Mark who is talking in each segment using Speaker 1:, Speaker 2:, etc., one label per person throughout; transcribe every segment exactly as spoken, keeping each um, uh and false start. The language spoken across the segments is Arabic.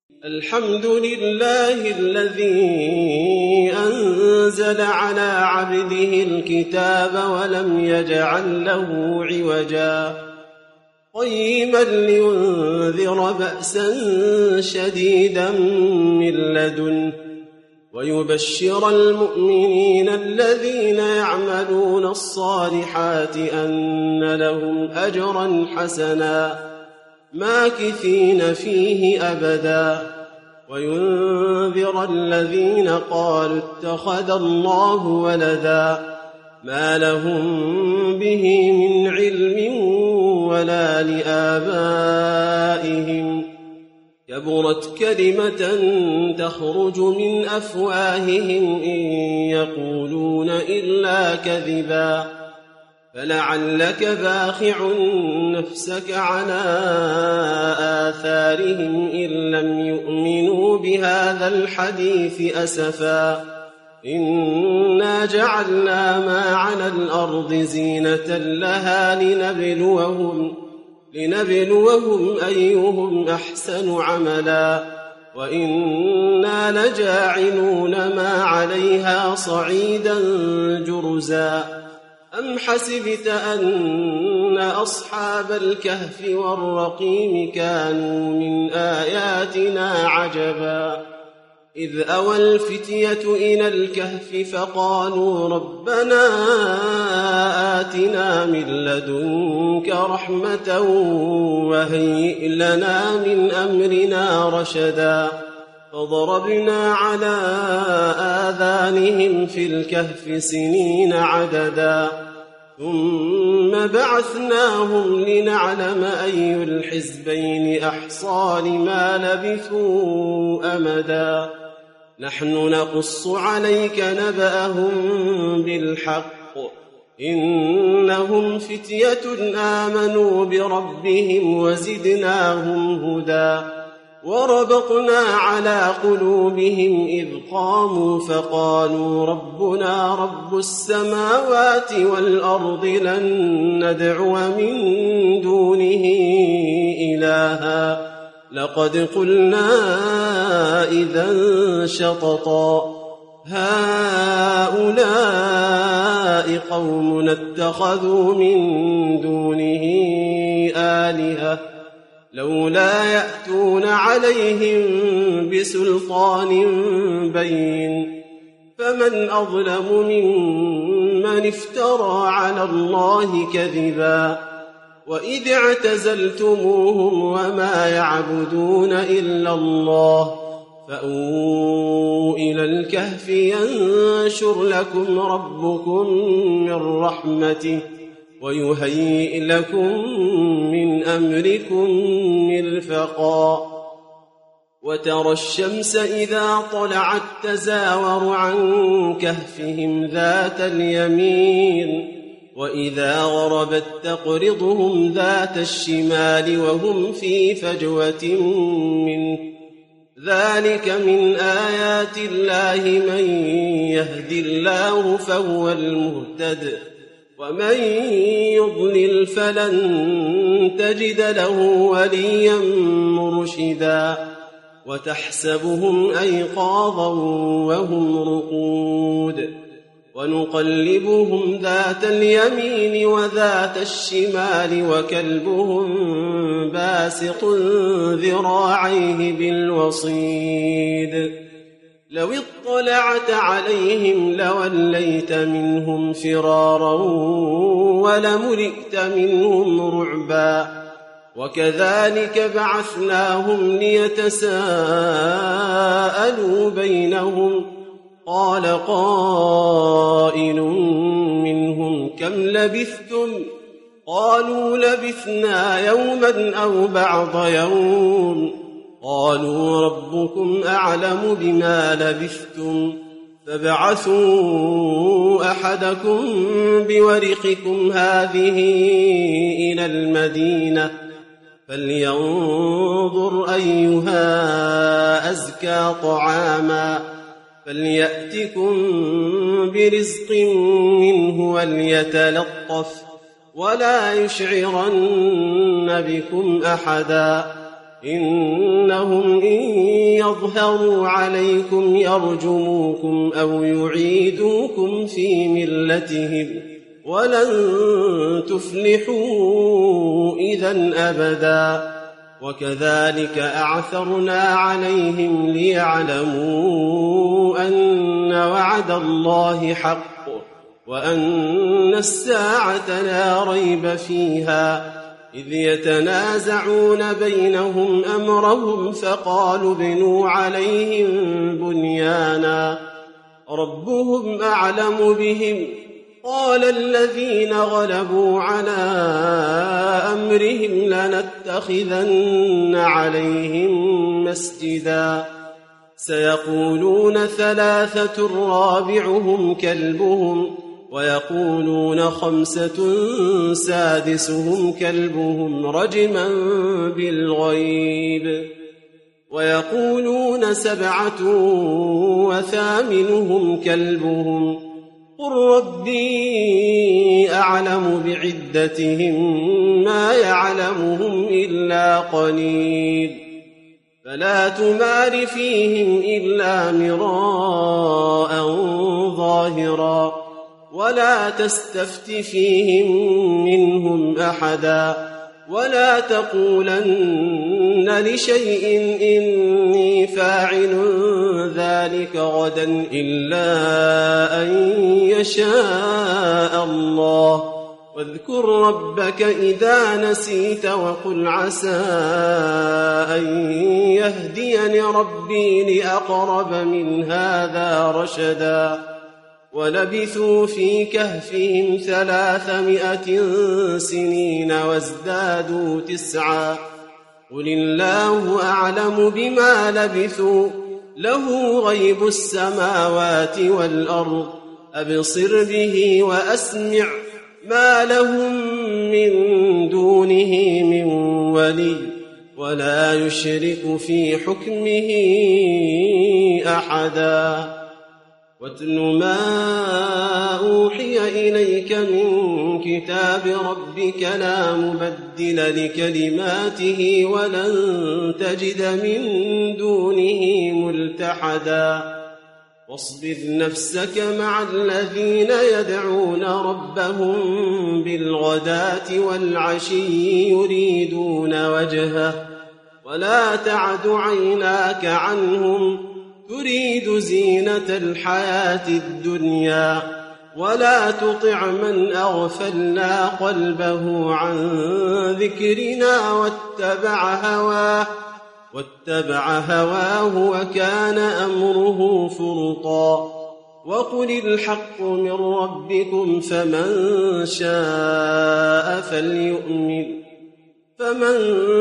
Speaker 1: الحمد لله الذي أنزل على عبده الكتاب ولم يجعل له عوجا قيما لينذر بأسا شديدا من لدنه ويبشر المؤمنين الذين يعملون الصالحات أن لهم أجرا حسنا ماكثين فيه أبدا وينذر الذين قالوا اتخذ الله ولدا ما لهم به من علم ولا لآبائهم كبرت كلمة تخرج من أفواههم إن يقولون إلا كذبا فلعلك باخع نفسك على آثارهم إن لم يؤمنوا بهذا الحديث أسفا إنا جعلنا ما على الأرض زينة لها لنبلوهم لنبلوهم أيهم أحسن عملا وإنا لجاعلون ما عليها صعيدا جرزا أم حسبت أن أصحاب الكهف والرقيم كانوا من آياتنا عجبا إذ أوى الفتية إلى الكهف فقالوا ربنا آتنا من لدنك رحمة وهيئ لنا من أمرنا رشدا فضربنا على آذانهم في الكهف سنين عددا ثم بعثناهم لنعلم أي الحزبين أحصى لما لبثوا أمدا نحن نقص عليك نبأهم بالحق إنهم فتية آمنوا بربهم وزدناهم هدى وربطنا على قلوبهم إذ قاموا فقالوا ربنا رب السماوات والأرض لن ندعو من دونه إلها لقد قلنا إذا شططا هؤلاء قوم اتخذوا من دونه آلهة لولا يأتون عليهم بسلطان بين فمن أظلم ممن افترى على الله كذبا وإذ اعتزلتموهم وما يعبدون إلا الله فأووا إلى الكهف ينشر لكم ربكم من رحمته ويهيئ لكم من أمركم مرفقا وترى الشمس إذا طلعت تزاور عن كهفهم ذات اليمين وإذا غربت تقرضهم ذات الشمال وهم في فجوة منه ذلك من آيات الله من يهد الله فهو المهتد ومن يضلل فلن تجد له وليا مرشدا وتحسبهم أيقاظا وهم رقود ونقلبهم ذات اليمين وذات الشمال وكلبهم باسط ذراعيه بالوصيد لو اطلعت عليهم لوليت منهم فرارا ولملئت منهم رعبا وكذلك بعثناهم ليتساءلوا بينهم قال قائل منهم كم لبثتم قالوا لبثنا يوما أو بعض يوم قالوا ربكم أعلم بما لبثتم فابعثوا أحدكم بورقكم هذه إلى المدينة فلينظر أيها أزكى طعاما فليأتكم برزق منه وليتلطف ولا يشعرن بكم أحدا إنهم إن يظهروا عليكم يرجموكم أو يعيدوكم في ملتهم ولن تفلحوا إذن أبدا. وكذلك أعثرنا عليهم ليعلموا أن وعد الله حق وأن الساعة لا ريب فيها، إذ يتنازعون بينهم أمرهم فقالوا ابنوا عليهم بنيانا ربهم أعلم بهم، قال الذين غلبوا على أمرهم لنتخذن عليهم مسجدا. سيقولون ثلاثة رابعهم كلبهم ويقولون خمسة سادسهم كلبهم رجما بالغيب ويقولون سبعة وثامنهم كلبهم قل ربي أعلم بعدتهم ما يعلمهم إلا قليل فلا تمار فيهم إلا مراء ظاهرا ولا تستفت فيهم منهم أحدا ولا تقولن لشيء إني فاعل ذلك غدا إلا أن يشاء الله واذكر ربك إذا نسيت وقل عسى أن يهديني ربي لأقرب من هذا رشدا. ولبثوا في كهفهم ثلاثمائة سنين وازدادوا تسعا قل الله أعلم بما لبثوا له غيب السماوات والأرض أبصر به وأسمع ما لهم من دونه من ولي ولا يشرك في حكمه أحدا. واتل ما أوحي إليك من كتاب ربك لا مبدل لكلماته ولن تجد من دونه ملتحدا. واصبر نفسك مع الذين يدعون ربهم بالغداة والعشي يريدون وجهه ولا تعد عيناك عنهم تريد زينة الحياة الدنيا ولا تطع من أغفلنا قلبه عن ذكرنا واتبع هواه واتبع هواه وكان أمره فرطا. وقل الحق من ربكم فمن شاء فليؤمن فمن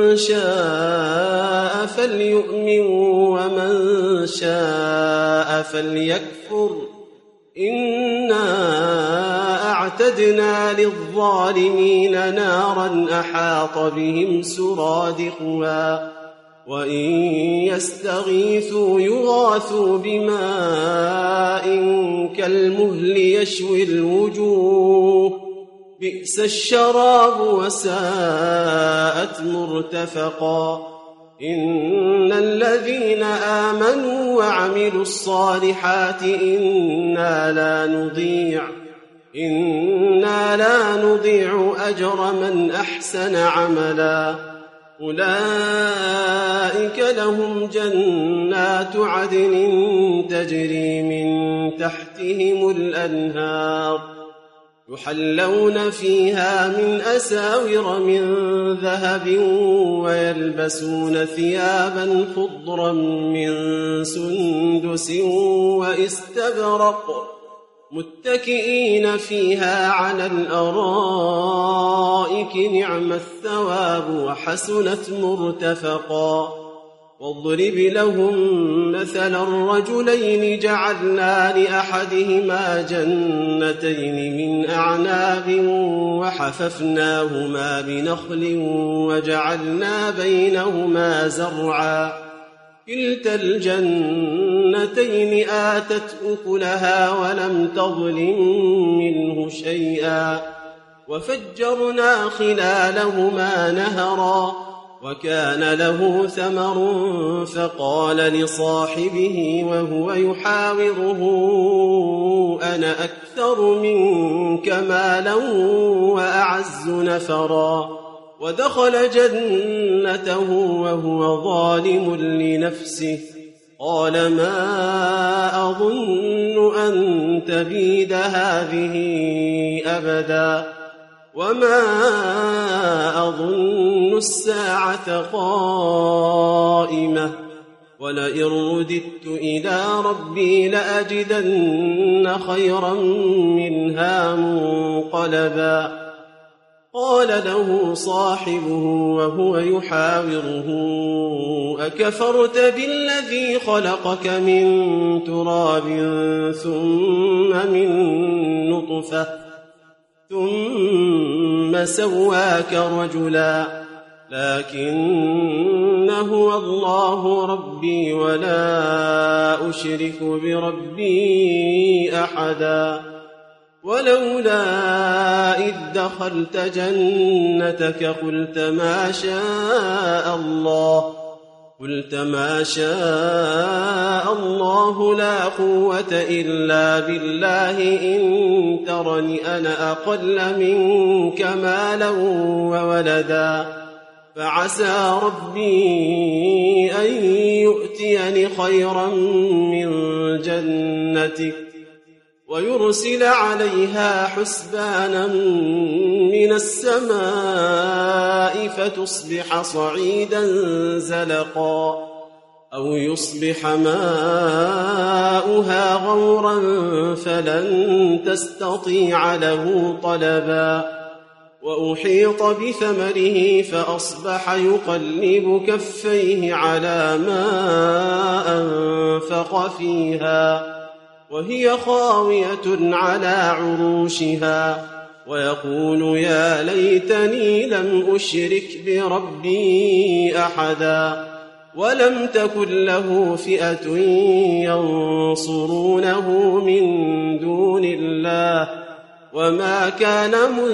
Speaker 1: شاء فليؤمن ومن شاء فليكفر إنا أعتدنا للظالمين نارا أحاط بهم سرادقها وإن يستغيثوا يغاثوا بماء كالمهل يشوي الوجوه بئس الشراب وساءت مرتفقا. إن الذين آمنوا وعملوا الصالحات إنا لا نضيع إنا لا نضيع أجر من أحسن عملا. أولئك لهم جنات عدن تجري من تحتهم الأنهار يحلون فيها من أساور من ذهب ويلبسون ثيابا خضرا من سندس واستبرق متكئين فيها على الأرائك نعم الثواب وحسنت مرتفقا. واضرب لهم مثلا الرجلين جعلنا لأحدهما جنتين من أعناب وحففناهما بنخل وجعلنا بينهما زرعا كلتا الجنتين آتت أكلها ولم تظلم منه شيئا وفجرنا خلالهما نهرا وكان له ثمر فقال لصاحبه وهو يحاوره أنا أكثر منك مالا وأعز نفرا ودخل جنته وهو ظالم لنفسه قال ما أظن أن تبيد هذه أبدا وما أظن الساعة قائمة ولئن رددت إلى ربي لأجدن خيرا منها منقلبا قال له صاحبه وهو يحاوره أكفرت بالذي خلقك من تراب ثم من نطفة ثم سواك رجلا لكن هو الله ربي ولا أشرك بربي أحدا ولولا إذ دخلت جنتك قلت ما شاء الله قلت ما شاء الله لا قوة إلا بالله إن ترني أنا أقل منك مالا وولدا فعسى ربي أن يؤتيني خيرا من جنتك ويرسل عليها حسبانا من السماء فتصبح صعيدا زلقا أو يصبح ماؤها غورا فلن تستطيع له طلبا وأحيط بثمره فأصبح يقلب كفيه على ما أنفق فيها وهي خاوية على عروشها ويقول يا ليتني لم أشرك بربي أحدا ولم تكن له فئة ينصرونه من دون الله وما كان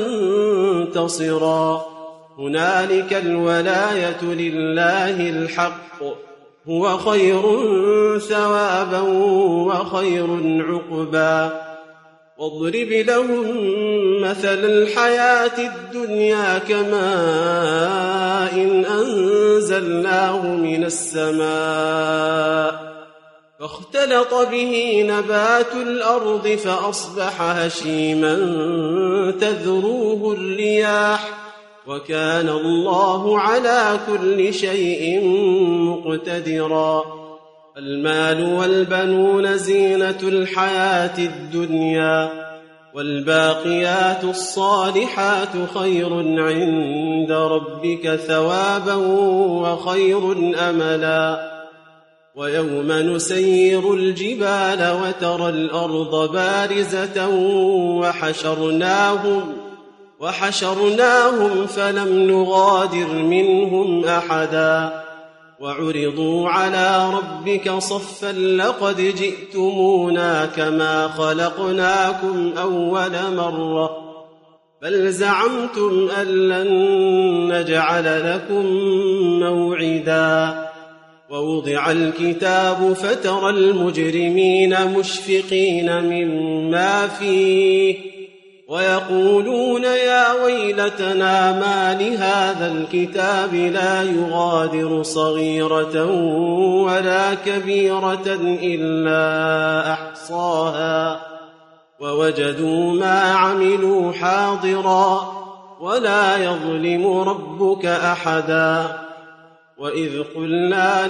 Speaker 1: منتصرا هنالك الولاية لله الحق هو خير ثوابا وخير عقبا واضرب لهم مثل الحياة الدنيا كماء إن أنزلناه من السماء فاختلط به نبات الأرض فأصبح هشيما تذروه الرياح وكان الله على كل شيء مقتدرا المال والبنون زينة الحياة الدنيا والباقيات الصالحات خير عند ربك ثوابا وخير أملا ويوم نسير الجبال وترى الأرض بارزة وحشرناهم وحشرناهم فلم نغادر منهم أحدا وعرضوا على ربك صفا لقد جئتمونا كما خلقناكم أول مرة بل زعمتم أن لن نجعل لكم موعدا ووضع الكتاب فترى المجرمين مشفقين مما فيه ويقولون يا ويلتنا ما لهذا الكتاب لا يغادر صغيرة ولا كبيرة إلا أحصاها ووجدوا ما عملوا حاضرا ولا يظلم ربك أحدا وإذ قلنا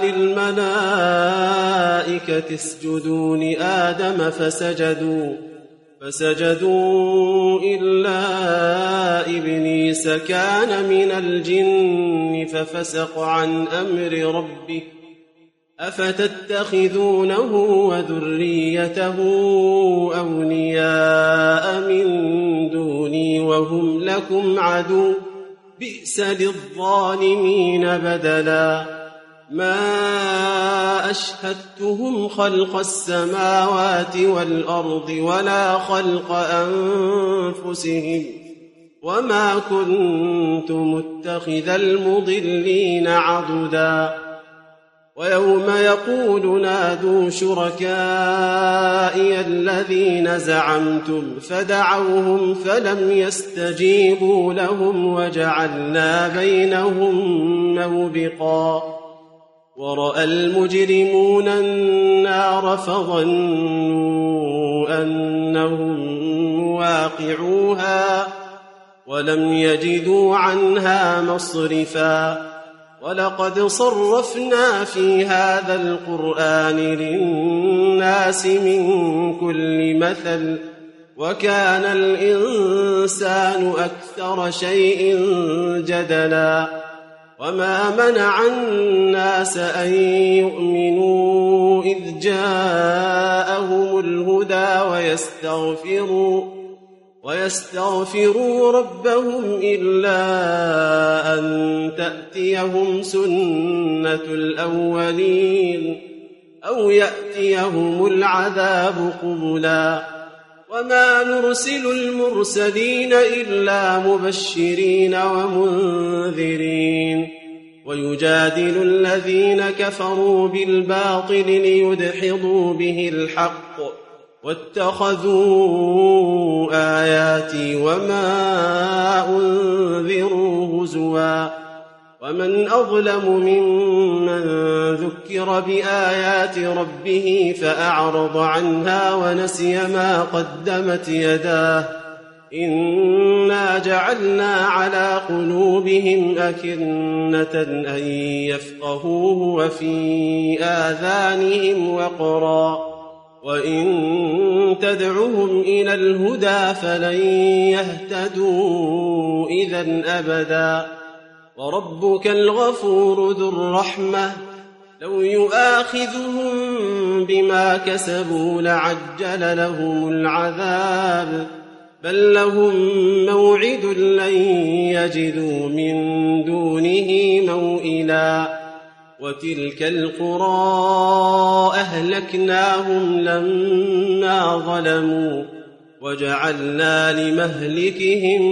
Speaker 1: للملائكة اسجدوا لآدم فسجدوا فسجدوا إلا إبليس كان من الجن ففسق عن أمر ربه أفتتخذونه وذريته أولياء من دوني وهم لكم عدو بئس للظالمين بدلا ما أشهدتهم خلق السماوات والأرض ولا خلق أنفسهم وما كنت متخذ المضلين عضدا ويوم يقول نادوا شركائي الذين زعمتم فدعوهم فلم يستجيبوا لهم وجعلنا بينهم موبقا ورأى المجرمون النار فظنوا أنهم واقعوها ولم يجدوا عنها مصرفا ولقد صرفنا في هذا القرآن للناس من كل مثل وكان الإنسان أكثر شيء جدلا وما منع الناس أن يؤمنوا إذ جاءهم الهدى ويستغفروا ويستغفروا ربهم إلا أن تأتيهم سنة الأولين أو يأتيهم العذاب قبلا وما نرسل المرسلين إلا مبشرين ومنذرين ويجادل الذين كفروا بالباطل ليدحضوا به الحق واتخذوا آياتي وما أنذروا هزوا ومن أظلم ممن ذكر بآيات ربه فأعرض عنها ونسي ما قدمت يداه إنا جعلنا على قلوبهم أكنة أن يفقهوه وفي آذانهم وقرا وإن تدعهم إلى الهدى فلن يهتدوا إذا أبدا وربك الغفور ذو الرحمة لو يؤاخذهم بما كسبوا لعجل لهم العذاب بل لهم موعد لن يجدوا من دونه موئلا وتلك القرى أهلكناهم لما ظلموا وجعلنا لمهلكهم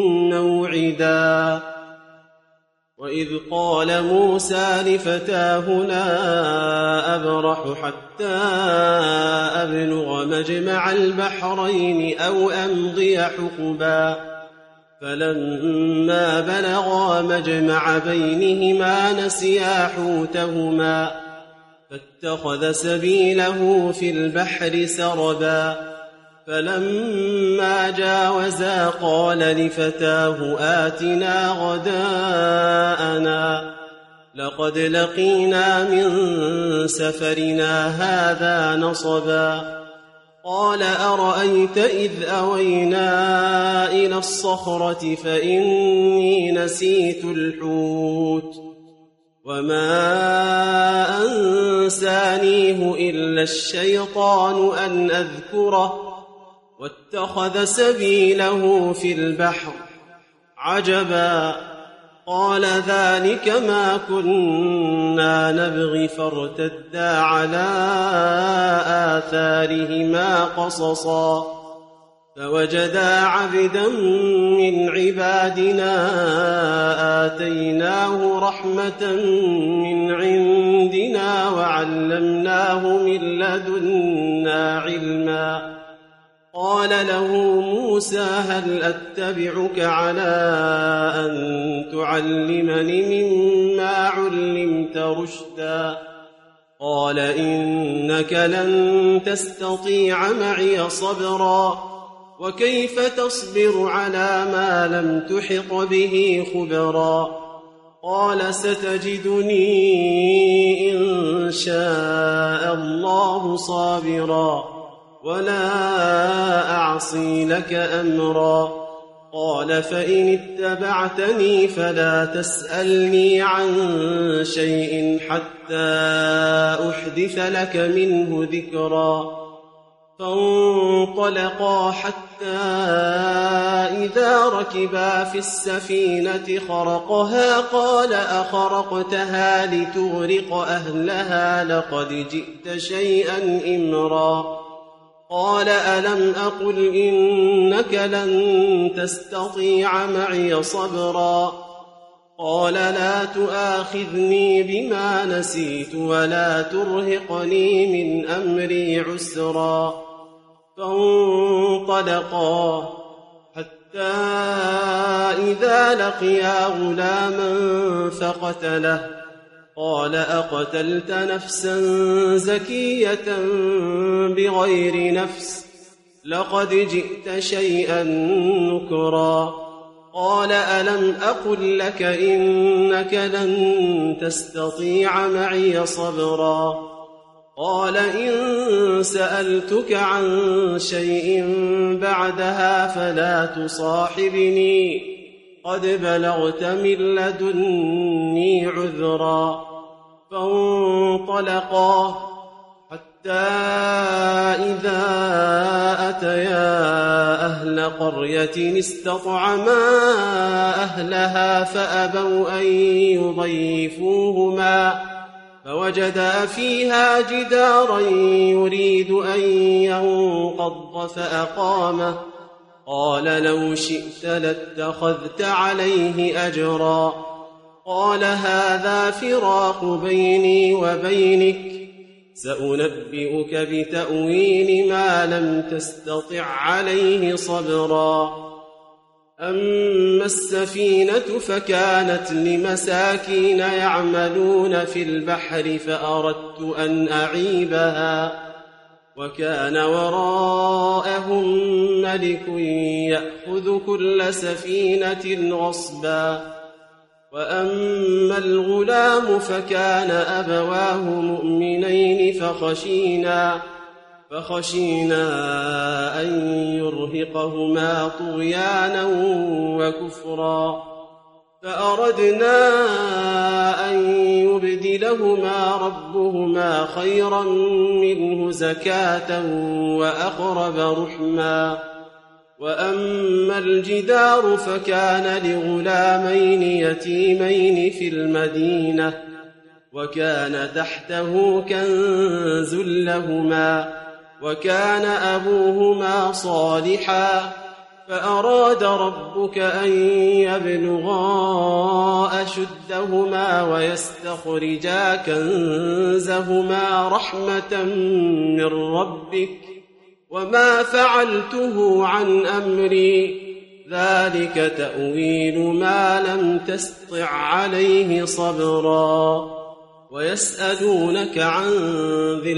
Speaker 1: موعدا وإذ قال موسى لفتاه لا أبرح حتى أبلغ مجمع البحرين أو أمضي حقبا فلما بلغا مجمع بينهما نسيا حوتهما فاتخذ سبيله في البحر سربا فلما جاوزا قال لفتاه آتنا غداءنا لقد لقينا من سفرنا هذا نصبا قال أرأيت إذ أوينا إلى الصخرة فإني نسيت الحوت وما أنسانيه إلا الشيطان أن أذكره واتخذ سبيله في البحر عجبا قال ذلك ما كنا نبغي فارتدا على آثارهما قصصا فوجدا عبدا من عبادنا آتيناه رحمة من عندنا وعلمناه من لدنا علما قال له موسى هل أتبعك على أن تعلمني مما علمت رشدا قال إنك لن تستطيع معي صبرا وكيف تصبر على ما لم تحط به خبرا قال ستجدني إن شاء الله صابرا ولا أعصي لك أمرا قال فإن اتبعتني فلا تسألني عن شيء حتى أحدث لك منه ذكرا فانطلقا حتى إذا ركبا في السفينة خرقها قال أخرقتها لتغرق أهلها لقد جئت شيئا إمرا قال ألم أقل إنك لن تستطيع معي صبرا قال لا تؤاخذني بما نسيت ولا ترهقني من أمري عسرا فانطلقا حتى إذا لقيا غلاما فقتله قال أقتلت نفسا زكية بغير نفس لقد جئت شيئا نكرا قال ألم أقل لك إنك لن تستطيع معي صبرا قال إن سألتك عن شيء بعدها فلا تصاحبني قد بلغت من لدني عذرا فانطلقا حتى إذا أتيا أهل قرية استطعما أهلها فأبوا أن يضيفوهما فوجدا فيها جدارا يريد أن ينقض فأقامه قال لو شئت لاتخذت عليه أجرا قال هذا فراق بيني وبينك سأنبئك بتأويل ما لم تستطع عليه صبرا أما السفينة فكانت لمساكين يعملون في البحر فأردت أن أعيبها وكان وراءهم ملك يأخذ كل سفينة غصبا وأما الغلام فكان أبواه مؤمنين فخشينا فخشينا أن يرهقهما طغيانا وكفرا فأردنا أن يبدلهما ربهما خيرا منه زكاة وأقرب رحما وأما الجدار فكان لغلامين يتيمين في المدينة وكان تحته كنز لهما وكان أبوهما صالحا فأراد ربك أن يبلغا أشدهما ويستخرجا كنزهما رحمة من ربك وما فعلته عن أمري ذلك تأويل ما لم تستطع عليه صبرا ويسألونك عن ذي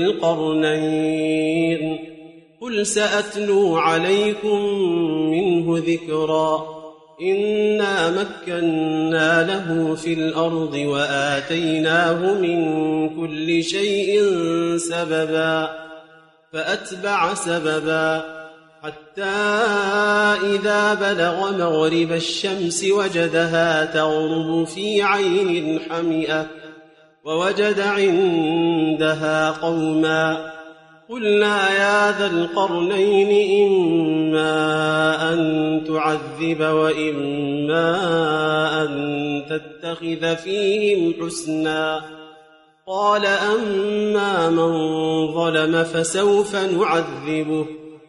Speaker 1: القرنين قل سأتلو عليكم منه ذكرا إنا مكنا له في الأرض وآتيناه من كل شيء سببا فأتبع سببا حتى إذا بلغ مغرب الشمس وجدها تغرب في عين حمئة ووجد عندها قوما قلنا يا ذا القرنين إما أن تعذب وإما أن تتخذ فيهم حسنا قال أما من ظلم فسوف نعذبه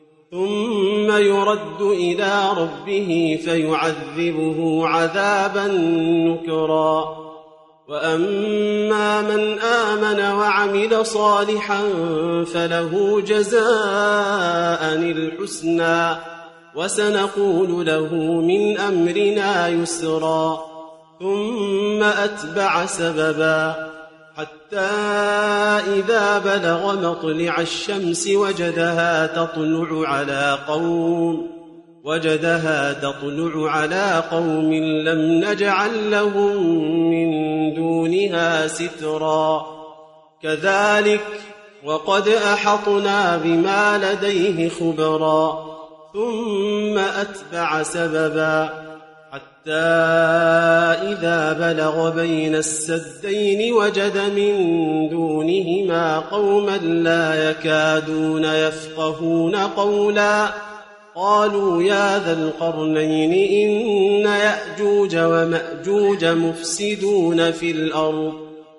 Speaker 1: ثم يرد إلى ربه فيعذبه عذابا نكرا وأما من آمن وعمل صالحا فله جزاء الحسنى وسنقول له من أمرنا يسرا ثم أتبع سببا حتى إذا بلغ مطلع الشمس وجدها تطلع على قوم وجدها تطلع على قوم لم نجعل لهم من دونها سترا كذلك وقد أحطنا بما لديه خبرا ثم أتبع سببا حتى إذا بلغ بين السدين وجد من دونهما قوما لا يكادون يفقهون قولا قالوا يا ذا القرنين إن يأجوج ومأجوج مفسدون في الأرض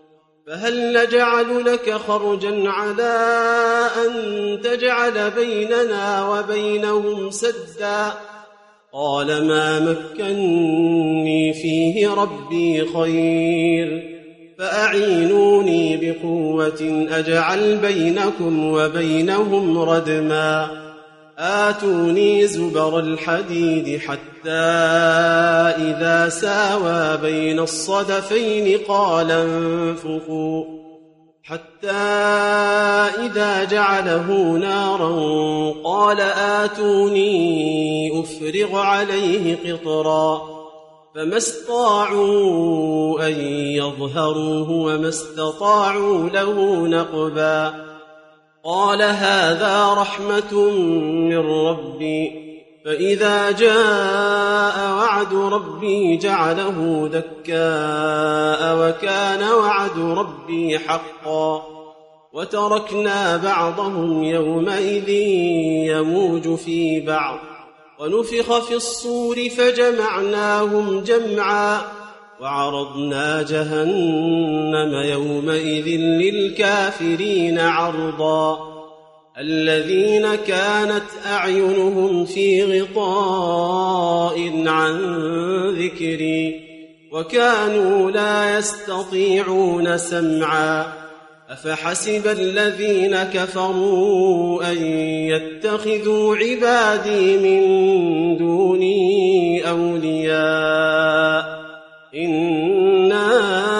Speaker 1: فهل نجعل لك خرجا على أن تجعل بيننا وبينهم سدا؟ قال ما مكني فيه ربي خير، فأعينوني بقوة أجعل بينكم وبينهم ردما. آتوني زبر الحديد حتى إذا ساوى بين الصدفين قال انفخوا، حتى إذا جعله نارا قال آتوني أفرغ عليه قطرا، فما استطاعوا أن يظهروه وما استطاعوا له نقبا. قال هذا رحمة من ربي، فإذا جاء وعد ربي جعله دكاء وكان وعد ربي حقا. وتركنا بعضهم يومئذ يموج في بعض، ونفخ في الصور فجمعناهم جمعا، وعرضنا جهنم يومئذ للكافرين عرضا. الذين كانت أعينهم في غطاء عن ذكري وكانوا لا يستطيعون سمعا. أفحسب الذين كفروا أن يتخذوا عبادي من دوني أولياء؟ إنا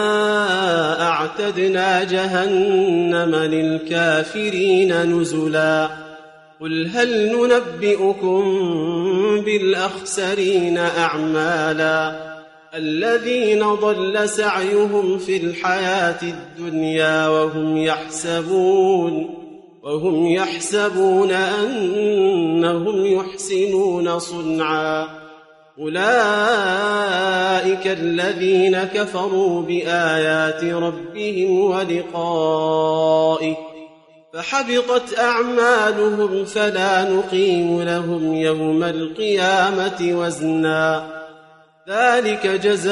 Speaker 1: أعتدنا جهنم للكافرين نزلا. قل هل ننبئكم بالأخسرين أعمالا؟ الذين ضل سعيهم في الحياة الدنيا وهم يحسبون وهم يحسبون أنهم يحسنون صنعا. أولئك الذين كفروا بآيات ربهم ولقائه فحبطت أعمالهم فلا نقيم لهم يوم القيامة وزنا. ذلك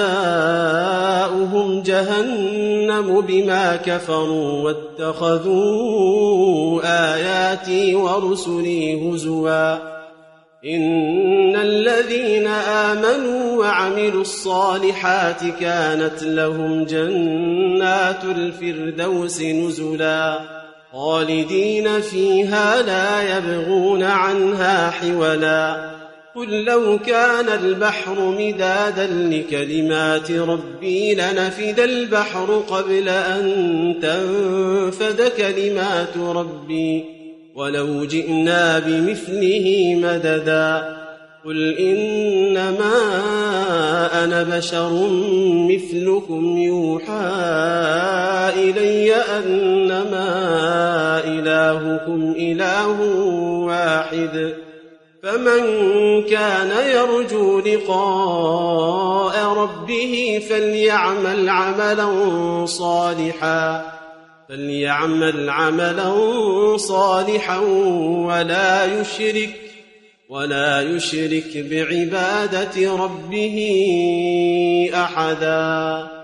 Speaker 1: جزاؤهم جهنم بما كفروا واتخذوا آياتي ورسلي هزوا. إن الذين آمنوا وعملوا الصالحات كانت لهم جنات الفردوس نزلا، خالدين فيها لا يبغون عنها حولا. قل لو كان البحر مدادا لكلمات ربي لنفد البحر قبل أن تنفد كلمات ربي ولو جئنا بمثله مددا. قل إنما أنا بشر مثلكم يوحى إلي أنما إلهكم إله واحد، فمن كان يرجو لقاء ربه فليعمل عملا صالحا فليعمل عملا صالحا ولا يشرك ولا يشرك بعبادة ربه أحدا.